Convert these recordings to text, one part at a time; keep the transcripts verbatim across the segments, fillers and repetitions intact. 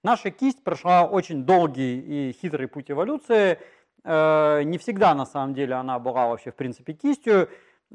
наша кисть прошла очень долгий и хитрый путь эволюции. Не всегда, на самом деле, она была вообще, в принципе, кистью.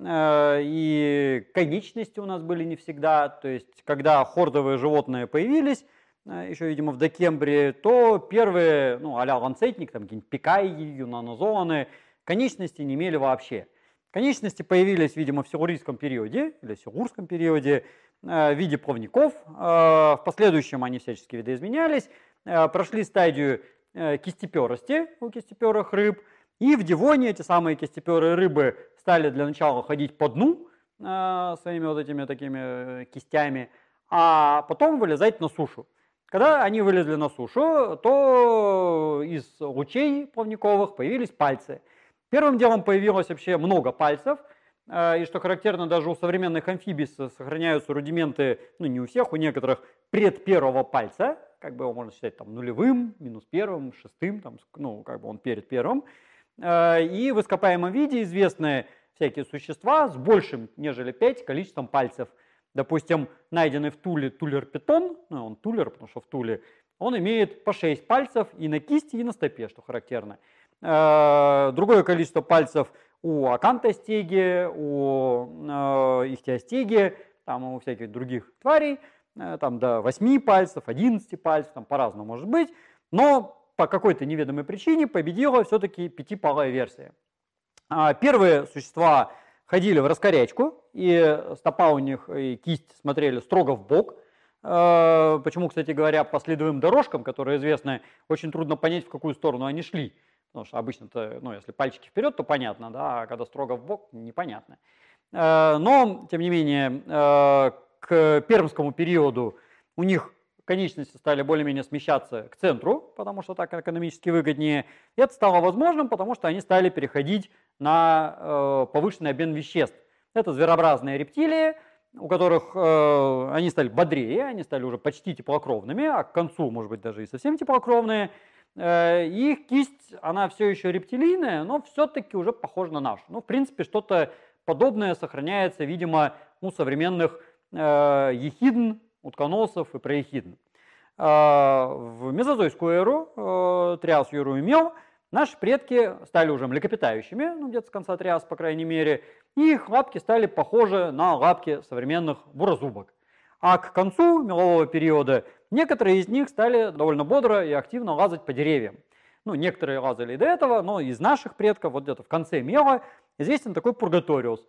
И конечности у нас были не всегда. То есть, когда хордовые животные появились, еще, видимо, в докембрии, то первые, ну, а-ля ланцетник, там какие-нибудь пикаи, юнонозоны, конечности не имели вообще. Конечности появились, видимо, в силурийском периоде или силурском периоде в виде плавников. В последующем они всячески видоизменялись, прошли стадию кистеперости у кистеперых рыб. И в Девоне эти самые кистеперые рыбы стали для начала ходить по дну своими вот этими такими кистями, а потом вылезать на сушу. Когда они вылезли на сушу, то из лучей плавниковых появились пальцы. Первым делом появилось вообще много пальцев, и что характерно, даже у современных амфибий сохраняются рудименты, ну не у всех, у некоторых, предпервого пальца, как бы его можно считать там нулевым, минус первым, шестым, там, ну как бы он перед первым. И в ископаемом виде известны всякие существа с большим, нежели пять, количеством пальцев. Допустим, найденный в Туле тулер-питон, ну он тулер, потому что в Туле, он имеет по шесть пальцев и на кисти, и на стопе, что характерно. Другое количество пальцев у акантостеги, у ихтиостеги, там у всяких других тварей, там до восьми пальцев, одиннадцати пальцев, там по-разному может быть, но по какой-то неведомой причине победила все-таки пятипалая версия. Первые существа ходили в раскорячку, и стопа у них и кисть смотрели строго в бок. Почему, кстати говоря, по следовым дорожкам, которые известны, очень трудно понять, в какую сторону они шли. Потому что обычно-то, ну, если пальчики вперед, то понятно, да, а когда строго в бок, непонятно. Но, тем не менее, к пермскому периоду у них конечности стали более-менее смещаться к центру, потому что так экономически выгоднее. И это стало возможным, потому что они стали переходить на повышенный обмен веществ. Это зверообразные рептилии, у которых э, они стали бодрее, они стали уже почти теплокровными, а к концу, может быть, даже и совсем теплокровные. Э, их кисть, она все еще рептилийная, но все-таки уже похожа на нашу. Ну, в принципе, что-то подобное сохраняется, видимо, у современных э, ехидн, утконосов и проехидн. Э, в мезозойскую эру, э, триас, юру и мел, наши предки стали уже млекопитающими, ну, где-то с конца триаса, по крайней мере, и их лапки стали похожи на лапки современных бурозубок. А к концу мелового периода некоторые из них стали довольно бодро и активно лазать по деревьям. Ну, некоторые лазали и до этого, но из наших предков, вот где-то в конце мела, известен такой пургаториус,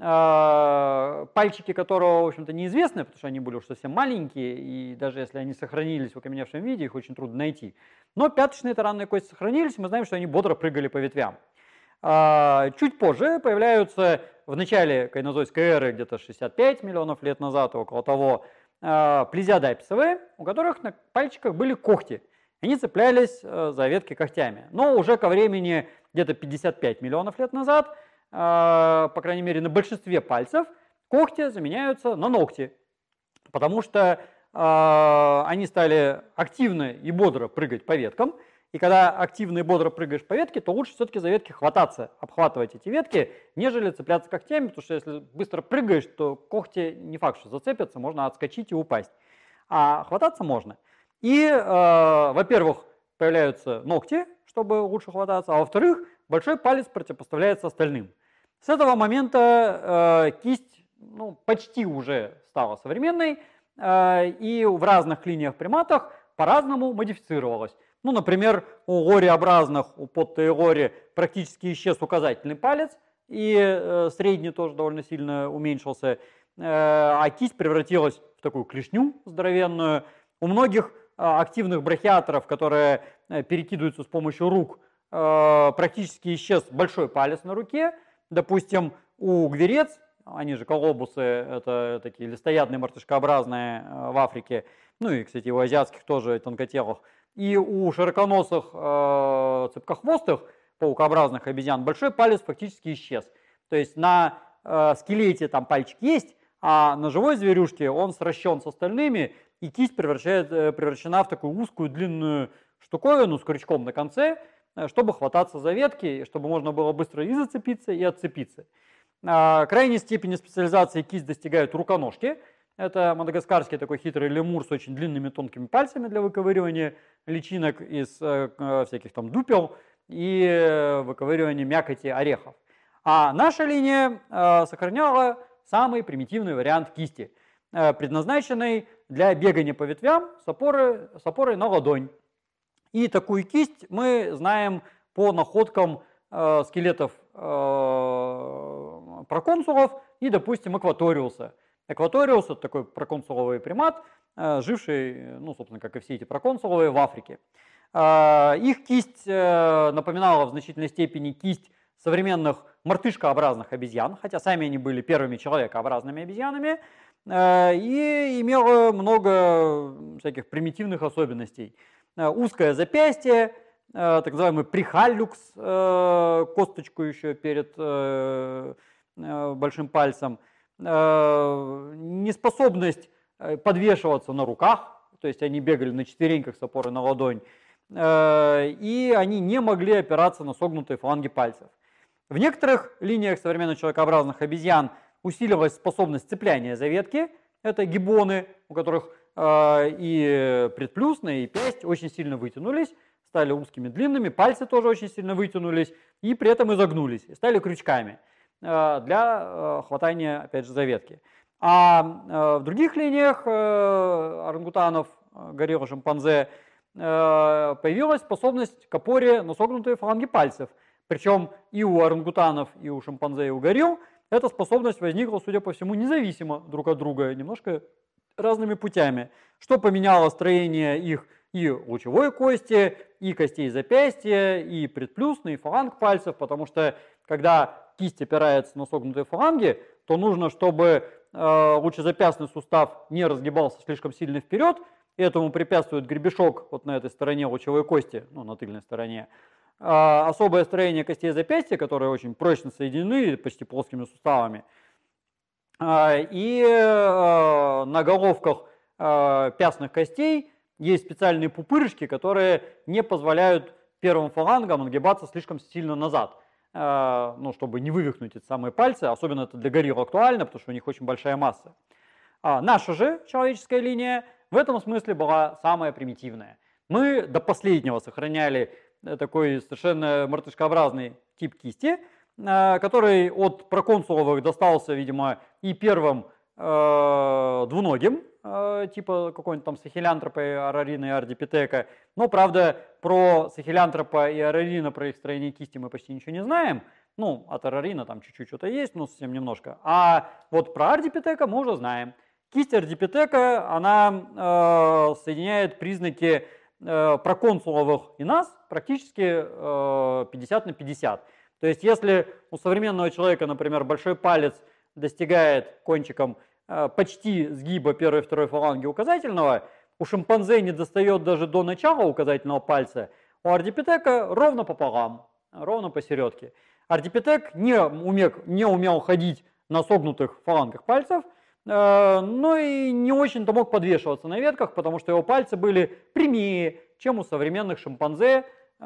пальчики которого, в общем-то, неизвестны, потому что они были уж совсем маленькие, и даже если они сохранились в окаменевшем виде, их очень трудно найти. Но пяточные таранные кости сохранились, мы знаем, что они бодро прыгали по ветвям. Чуть позже появляются в начале кайнозойской эры, где-то шестьдесят пять миллионов лет назад, около того, плезиодаписовые, у которых на пальчиках были когти. Они цеплялись за ветки когтями. Но уже ко времени где-то пятьдесят пять миллионов лет назад, по крайней мере на большинстве пальцев, когти заменяются на ногти. Потому что они стали активно и бодро прыгать по веткам. И когда активно и бодро прыгаешь по ветке, то лучше все-таки за ветки хвататься, обхватывать эти ветки, нежели цепляться когтями, потому что если быстро прыгаешь, то когти не факт, что зацепятся, можно отскочить и упасть. А хвататься можно. И, э, во-первых, появляются ногти, чтобы лучше хвататься, а во-вторых, большой палец противопоставляется остальным. С этого момента э, кисть ну, почти уже стала современной, э, и в разных линиях приматах по-разному модифицировалась. Ну, например, у лореобразных, у подтоилори практически исчез указательный палец, и э, средний тоже довольно сильно уменьшился, э, а кисть превратилась в такую клешню здоровенную. У многих э, активных брахиаторов, которые э, перекидываются с помощью рук, э, практически исчез большой палец на руке. Допустим, у гверец, они же колобусы, это такие листоядные мартышкообразные э, в Африке, ну и, кстати, у азиатских тоже тонкотелых, и у широконосых э, цепкохвостых паукообразных обезьян большой палец фактически исчез. То есть на э, скелете там пальчик есть, а на живой зверюшке он сращен с остальными, и кисть превращает, э, превращена в такую узкую длинную штуковину с крючком на конце, э, чтобы хвататься за ветки, чтобы можно было быстро и зацепиться, и отцепиться. Э, крайней степени специализации кисть достигают руконожки. Это мадагаскарский такой хитрый лемур с очень длинными тонкими пальцами для выковыривания личинок из э, всяких там дупел и выковыривания мякоти орехов. А наша линия э, сохраняла самый примитивный вариант кисти, э, предназначенный для бегания по ветвям с, опоры, с опорой на ладонь. И такую кисть мы знаем по находкам э, скелетов э, проконсулов и, допустим, экваториуса. Экваториус – это такой проконсуловый примат, э, живший, ну, собственно, как и все эти проконсуловые, в Африке. Э, их кисть э, напоминала в значительной степени кисть современных мартышкообразных обезьян, хотя сами они были первыми человекообразными обезьянами, э, и имела много всяких примитивных особенностей. Э, узкое запястье, э, так называемый прихаллюкс, э, косточку еще перед э, э, большим пальцем, неспособность подвешиваться на руках, то есть они бегали на четвереньках с опорой на ладонь, и они не могли опираться на согнутые фаланги пальцев. В некоторых линиях современных человекообразных обезьян усилилась способность цепляния за ветки, это гиббоны, у которых и предплюсная, и пясть очень сильно вытянулись, стали узкими, длинными, пальцы тоже очень сильно вытянулись, и при этом изогнулись, и стали крючками для хватания, опять же, за ветки. А в других линиях орангутанов, горилл, шимпанзе появилась способность к опоре на согнутые фаланги пальцев. Причем и у орангутанов, и у шимпанзе, и у горилл эта способность возникла, судя по всему, независимо друг от друга, немножко разными путями, что поменяло строение их и лучевой кости, и костей запястья, и предплюсной, и фаланг пальцев, потому что когда кисть опирается на согнутые фаланги, то нужно, чтобы э, лучезапястный сустав не разгибался слишком сильно вперед, и этому препятствует гребешок вот на этой стороне лучевой кости, ну, на тыльной стороне. А особое строение костей запястья, которые очень прочно соединены почти плоскими суставами. А, и э, на головках э, пястных костей есть специальные пупырышки, которые не позволяют первым фалангам нагибаться слишком сильно назад, ну, чтобы не вывихнуть эти самые пальцы, особенно это для горилл актуально, потому что у них очень большая масса. А наша же человеческая линия в этом смысле была самая примитивная. Мы до последнего сохраняли такой совершенно мартышкообразный тип кисти, который от проконсуловых достался, видимо, и первым э, двуногим, э, типа какой-нибудь там сахилянтропа, арарина и ардипитека. Но, правда, про сахилянтропа и арарина, про их строение кисти мы почти ничего не знаем. Ну, от арарина там чуть-чуть что-то есть, но совсем немножко. А вот про ардипитека мы уже знаем. Кисть ардипитека, она э, соединяет признаки э, проконсуловых и нас практически э, пятьдесят на пятьдесят. То есть, если у современного человека, например, большой палец достигает кончиком э, почти сгиба первой и второй фаланги указательного, у шимпанзе не достает даже до начала указательного пальца, у ардипитека ровно пополам, ровно посередке. Ардипитек не, умел, не умел ходить на согнутых фалангах пальцев, э, но и не очень-то мог подвешиваться на ветках, потому что его пальцы были прямее, чем у современных шимпанзе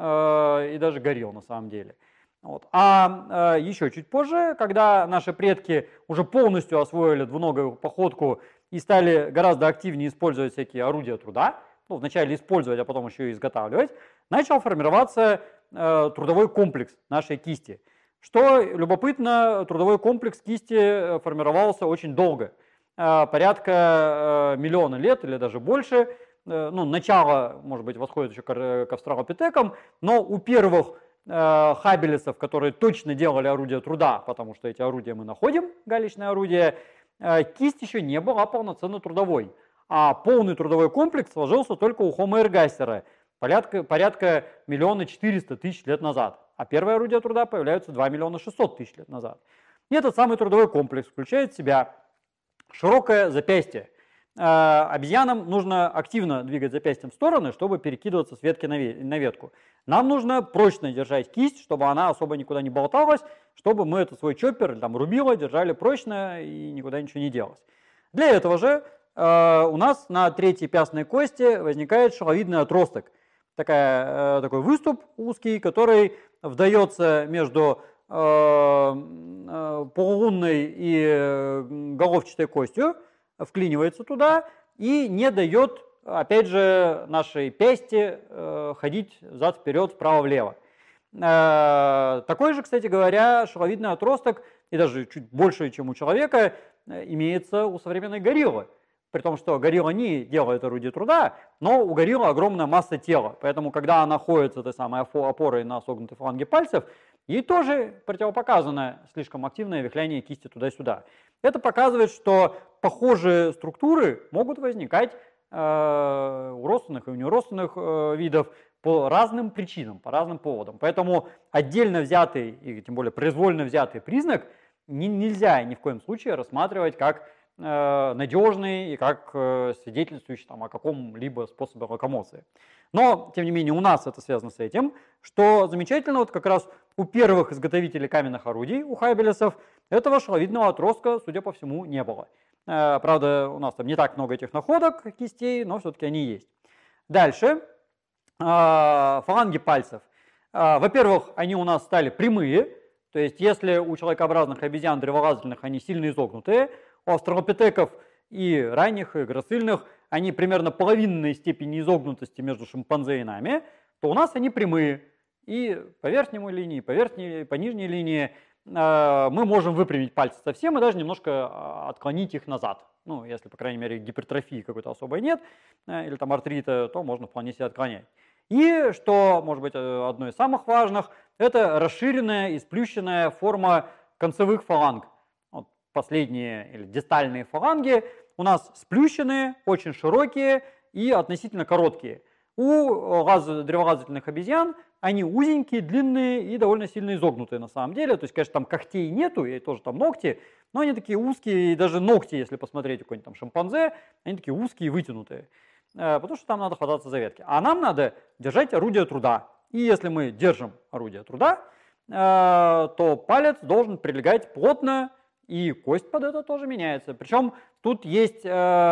э, и даже горилл на самом деле. Вот. А э, еще чуть позже, когда наши предки уже полностью освоили двуногую походку и стали гораздо активнее использовать всякие орудия труда, ну, вначале использовать, а потом еще и изготавливать, начал формироваться э, трудовой комплекс нашей кисти. Что любопытно, трудовой комплекс кисти формировался очень долго, э, порядка э, миллиона лет или даже больше. Э, ну, начало, может быть, восходит еще к, к австралопитекам, но у первых хаббелесов, которые точно делали орудия труда, потому что эти орудия мы находим, галечные орудия, кисть еще не была полноценно трудовой. А полный трудовой комплекс сложился только у Homo ergaster, порядка, порядка миллиона четыреста тысяч лет назад. А первые орудия труда появляются два миллиона шестьсот тысяч лет назад. И этот самый трудовой комплекс включает в себя широкое запястье. Обезьянам нужно активно двигать запястьем в стороны, чтобы перекидываться с ветки на ветку. Нам нужно прочно держать кисть, чтобы она особо никуда не болталась, чтобы мы этот свой чоппер, там, рубило, держали прочно и никуда ничего не делалось. Для этого же э, у нас на третьей пястной кости возникает шаловидный отросток. Такая, э, такой выступ узкий, который вдается между э, э, полулунной и головчатой костью. вклинивается туда и не дает, опять же, нашей пясти э, ходить взад-вперед, вправо-влево. Э, такой же, кстати говоря, шаловидный отросток, и даже чуть больше, чем у человека, имеется у современной гориллы. При том, что горилла не делает орудие труда, но у гориллы огромная масса тела. Поэтому, когда она ходит с этой самой опорой на согнутой фаланге пальцев, ей тоже противопоказано слишком активное вихляние кисти туда-сюда. Это показывает, что похожие структуры могут возникать э, у родственных и у неродственных э, видов по разным причинам, по разным поводам. Поэтому отдельно взятый, и тем более произвольно взятый признак не, нельзя ни в коем случае рассматривать как э, надежный и как э, свидетельствующий там, о каком-либо способе локомоции. Но, тем не менее, у нас это связано с этим, что замечательно, вот как раз у первых изготовителей каменных орудий, у хайбелесов, этого шаловидного отростка, судя по всему, не было. Э, правда, у нас там не так много этих находок кистей, но все-таки они есть. Дальше. Фаланги пальцев. Во-первых, они у нас стали прямые, то есть если у человекообразных обезьян древолазательных они сильно изогнутые, у австралопитеков и ранних, и грацильных они примерно половинной степени изогнутости между шимпанзе и нами, то у нас они прямые. И по верхнему линии, по верхней, по нижней линии мы можем выпрямить пальцы совсем и даже немножко отклонить их назад. Ну, если, по крайней мере, гипертрофии какой-то особой нет, или там артрита, то можно вполне себе отклонять. И, что может быть одно из самых важных, это расширенная и сплющенная форма концевых фаланг. Вот последние или дистальные фаланги у нас сплющенные, очень широкие и относительно короткие. У древолазательных обезьян они узенькие, длинные и довольно сильно изогнутые на самом деле. То есть, конечно, там когтей нету, и тоже там ногти, но они такие узкие, и даже ногти, если посмотреть у какой-нибудь там шимпанзе, они такие узкие и вытянутые. Потому что там надо хвататься за ветки. А нам надо держать орудие труда. И если мы держим орудие труда, то палец должен прилегать плотно, и кость под это тоже меняется. Причем тут есть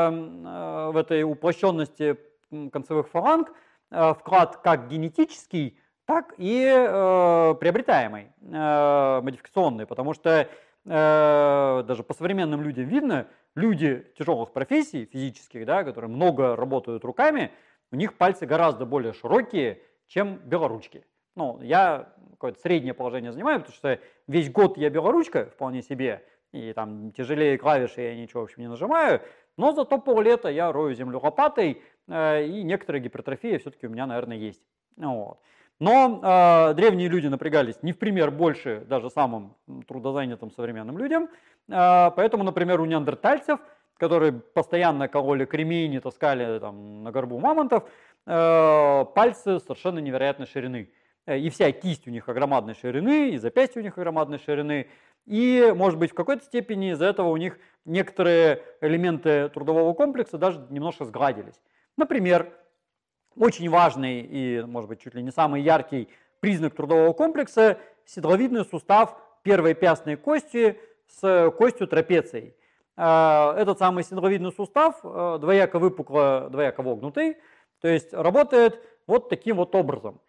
в этой уплощенности концевых фаланг вклад как генетический, так и приобретаемый, модификационный. Потому что даже по современным людям видно, люди тяжелых профессий физических, да, которые много работают руками, у них пальцы гораздо более широкие, чем белоручки. Ну, я какое-то среднее положение занимаю, потому что весь год я белоручка вполне себе, и там тяжелее клавиши я ничего, в общем, не нажимаю, но зато поллета я рою землю лопатой, э, и некоторая гипертрофия все-таки у меня, наверное, есть. Вот. Но э, древние люди напрягались не в пример больше даже самым трудозанятым современным людям. Э, поэтому, например, у неандертальцев, которые постоянно кололи кремень и таскали там, на горбу мамонтов, э, пальцы совершенно невероятной ширины. И вся кисть у них огромадной ширины, и запястье у них огромадной ширины. И, может быть, в какой-то степени из-за этого у них некоторые элементы трудового комплекса даже немножко сгладились. Например, очень важный и, может быть, чуть ли не самый яркий признак трудового комплекса – седловидный сустав первой пястной кости с костью трапецией. Этот самый седловидный сустав двояко выпукло, двояко вогнутый, то есть работает вот таким вот образом.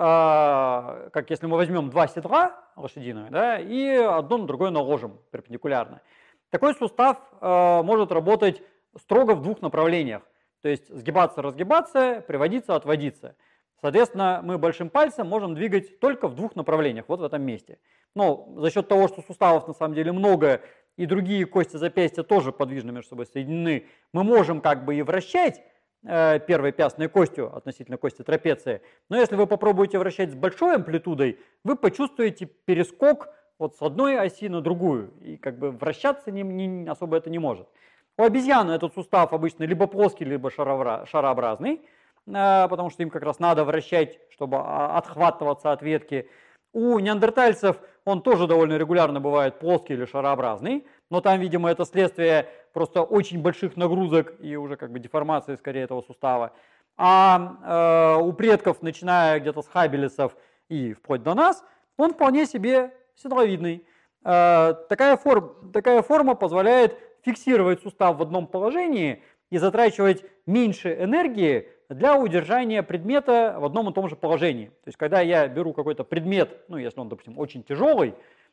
Как если мы возьмем два седла лошадиных, да, и одно на другое наложим перпендикулярно. Такой сустав может работать строго в двух направлениях. То есть сгибаться, разгибаться, приводиться, отводиться. Соответственно, мы большим пальцем можем двигать только в двух направлениях, вот в этом месте. Но за счет того, что суставов на самом деле много, и другие кости запястья тоже подвижно между собой соединены, мы можем как бы и вращать э, первой пястной костью относительно кости трапеции. Но если вы попробуете вращать с большой амплитудой, вы почувствуете перескок вот с одной оси на другую. И как бы вращаться не, не, особо это не может. У обезьяны этот сустав обычно либо плоский, либо шарообразный, потому что им как раз надо вращать, чтобы отхватываться от ветки. У неандертальцев он тоже довольно регулярно бывает плоский или шарообразный, но там, видимо, это следствие просто очень больших нагрузок и уже как бы деформации скорее этого сустава. А э, у предков, начиная где-то с хабелесов и вплоть до нас, он вполне себе седловидный. Э, такая, форм, такая форма позволяет фиксировать сустав в одном положении и затрачивать меньше энергии для удержания предмета в одном и том же положении. То есть, когда я беру какой-то предмет, ну, если он, допустим, очень тяжелый,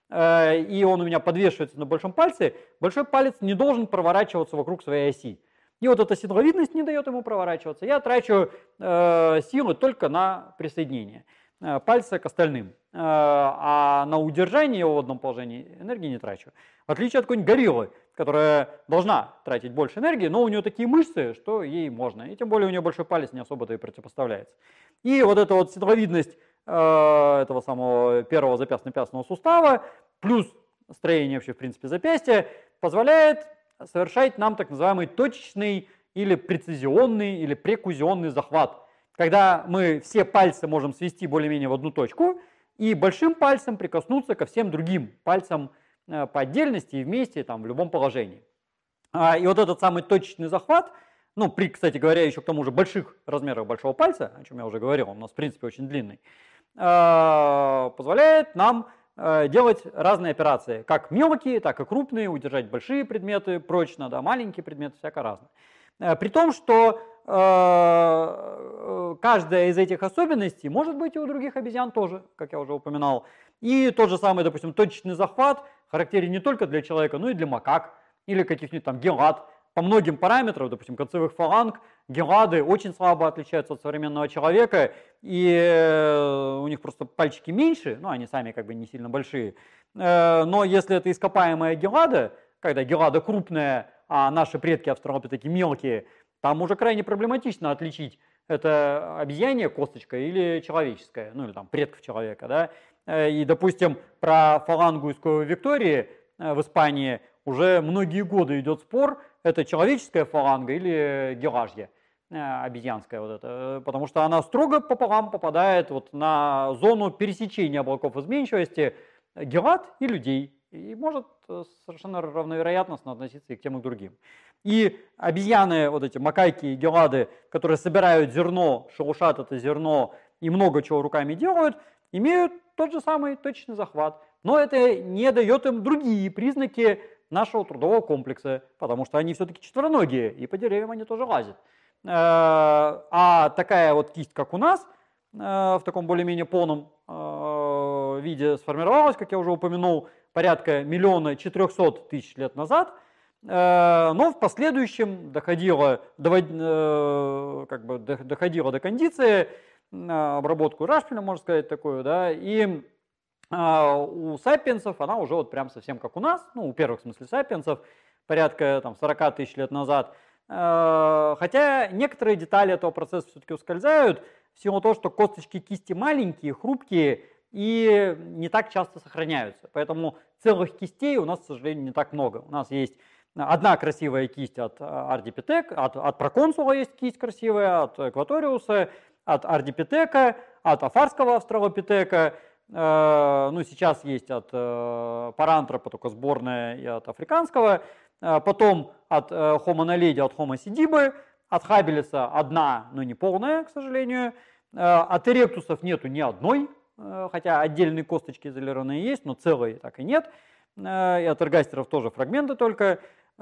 и он у меня подвешивается на большом пальце, большой палец не должен проворачиваться вокруг своей оси. И вот эта седловидность не дает ему проворачиваться. Я трачу э, силы только на присоединение э, пальца к остальным. Э, а на удержание его в одном положении энергии не трачу. В отличие от какой-нибудь гориллы, которая должна тратить больше энергии, но у нее такие мышцы, что ей можно. И тем более у нее большой палец не особо-то и противопоставляется. И вот эта вот седловидность э, этого самого первого запястно-пястного сустава, плюс строение вообще в принципе запястья, позволяет совершать нам так называемый точечный или прецизионный или прекузионный захват. Когда мы все пальцы можем свести более-менее в одну точку и большим пальцем прикоснуться ко всем другим пальцам по отдельности и вместе там, в любом положении. И вот этот самый точечный захват, ну при, кстати говоря, еще к тому же больших размерах большого пальца, о чем я уже говорил, он у нас в принципе очень длинный, позволяет нам делать разные операции, как мелкие, так и крупные, удержать большие предметы прочно, да, маленькие предметы, всяко разные. При том, что э, каждая из этих особенностей может быть и у других обезьян тоже, как я уже упоминал. И тот же самый, допустим, точечный захват характерен не только для человека, но и для макак или каких-нибудь там гелад. По многим параметрам, допустим, концевых фаланг, гелады очень слабо отличаются от современного человека, и у них просто пальчики меньше, ну они сами как бы не сильно большие. Но если это ископаемая гелада, когда гелада крупная, а наши предки австралопитеки мелкие, там уже крайне проблематично отличить, это обезьянья косточка или человеческая, ну или там предков человека, да. И, допустим, про фалангу из Коевой Виктории в Испании уже многие годы идет спор, это человеческая фаланга или гелажья, обезьянская вот эта, потому что она строго пополам попадает вот на зону пересечения облаков изменчивости гелад и людей, и может совершенно равновероятностно относиться и к тем, и к другим. И обезьяны, вот эти макайки и гелады, которые собирают зерно, шелушат это зерно и много чего руками делают, имеют тот же самый точный захват, но это не дает им другие признаки нашего трудового комплекса, потому что они все-таки четвероногие, и по деревьям они тоже лазят. А такая вот кисть, как у нас, в таком более-менее полном виде сформировалась, как я уже упомянул, порядка миллиона четырехсот тысяч лет назад, но в последующем доходило до, как бы, доходило до кондиции, обработку Рашпиля, можно сказать, такую, да, и у сапиенсов она уже вот прям совсем как у нас, ну, у первых, в смысле, сапиенсов, порядка там сорока тысяч лет назад. Хотя некоторые детали этого процесса все-таки ускользают, в силу того, что косточки кисти маленькие, хрупкие и не так часто сохраняются. Поэтому целых кистей у нас, к сожалению, не так много. У нас есть одна красивая кисть от ардипитек, от, от проконсула есть кисть красивая, от экваториуса, от ардипитека, от афарского австралопитека. Ну, сейчас есть от парантропа только сборная и от африканского. Потом от Homo naledi, от Homo sidibe. От хабилиса одна, но не полная, к сожалению. От эректусов нету ни одной, хотя отдельные косточки изолированные есть, но целые так и нет. И от эргастеров тоже фрагменты только.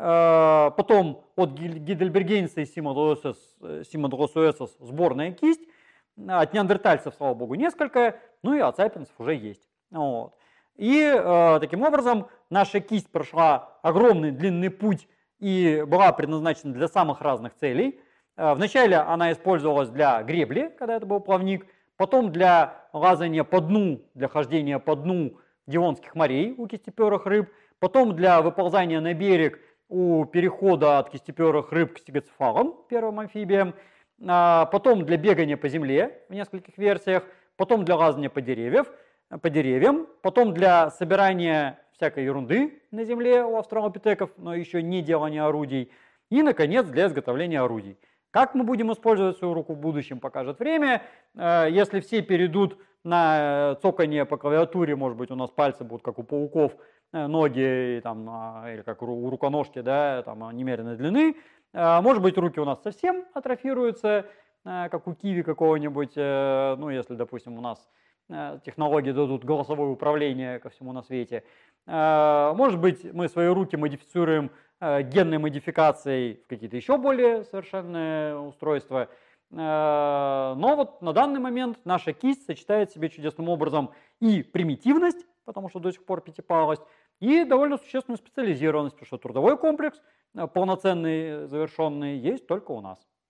Потом от гидельбергенса и симодлосуэсос сборная кисть. От неандертальцев, слава богу, несколько, ну и от сапиенсов уже есть. Вот. И э, таким образом наша кисть прошла огромный длинный путь и была предназначена для самых разных целей. Э, вначале она использовалась для гребли, когда это был плавник, потом для лазания по дну, для хождения по дну Девонских морей у кистеперых рыб, потом для выползания на берег у перехода от кистеперых рыб к стегоцефалам, первым амфибиям, потом для бегания по земле в нескольких версиях, потом для лазания по, деревьев, по деревьям, потом для собирания всякой ерунды на земле у австралопитеков, но еще не делания орудий, и, наконец, для изготовления орудий. Как мы будем использовать свою руку в будущем, покажет время. Если все перейдут на цоканье по клавиатуре, может быть, у нас пальцы будут, как у пауков, ноги там, или как у руконожки, да, там, немеренной длины. Может быть, руки у нас совсем атрофируются, как у киви какого-нибудь, ну, если, допустим, у нас технологии дадут голосовое управление ко всему на свете. Может быть, мы свои руки модифицируем генной модификацией в какие-то еще более совершенные устройства. Но вот на данный момент наша кисть сочетает в себе чудесным образом и примитивность потому что до сих пор пятипалость, и довольно существенную специализированность, потому что трудовой комплекс э, полноценный, завершенный, есть только у нас.